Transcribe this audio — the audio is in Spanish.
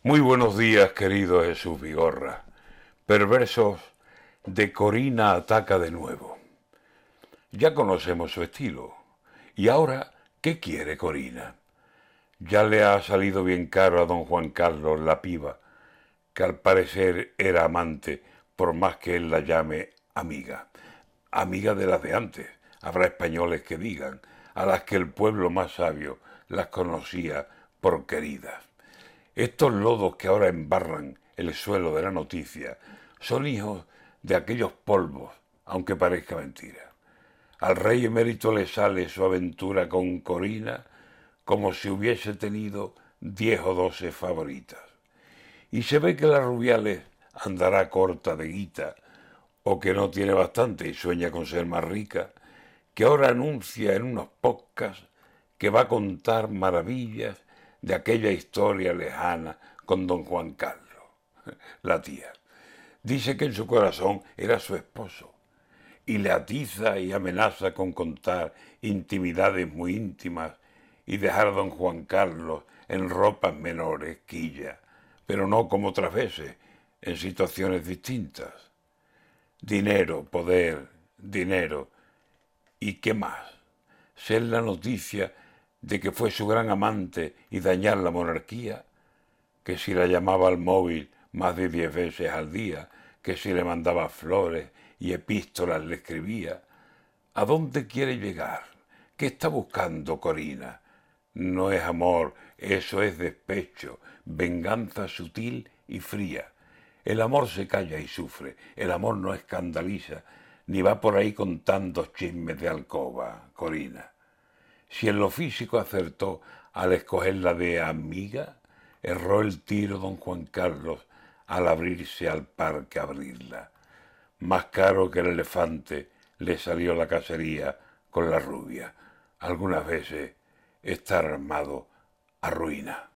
Muy buenos días, querido Jesús Vigorra. Perversos de Corina ataca de nuevo. Ya conocemos su estilo. ¿Y ahora qué quiere Corina? Ya le ha salido bien caro a don Juan Carlos la piba, que al parecer era amante, por más que él la llame amiga. Amiga de las de antes. Habrá españoles que digan, a las que el pueblo más sabio las conocía por queridas. Estos lodos que ahora embarran el suelo de la noticia son hijos de aquellos polvos, aunque parezca mentira. Al rey emérito le sale su aventura con Corina como si hubiese tenido 10 o 12 favoritas. Y se ve que la Rubiales andará corta de guita, o que no tiene bastante y sueña con ser más rica, que ahora anuncia en unos podcasts que va a contar maravillas de aquella historia lejana con don Juan Carlos, la tía. Dice que en su corazón era su esposo y le atiza y amenaza con contar intimidades muy íntimas y dejar a don Juan Carlos en ropas menores, quilla, pero no como otras veces, en situaciones distintas. Dinero, poder, dinero, ¿y qué más? Ser la noticia de que fue su gran amante y dañar la monarquía, que si la llamaba al móvil más de 10 veces al día, que si le mandaba flores y epístolas le escribía. ¿A dónde quiere llegar? ¿Qué está buscando Corina? No es amor, eso es despecho, venganza sutil y fría. El amor se calla y sufre, el amor no escandaliza, ni va por ahí contando chismes de alcoba, Corina. Si en lo físico acertó al escogerla de amiga, erró el tiro don Juan Carlos al abrirse al parque a abrirla. Más caro que el elefante le salió la cacería con la rubia. Algunas veces estar armado arruina.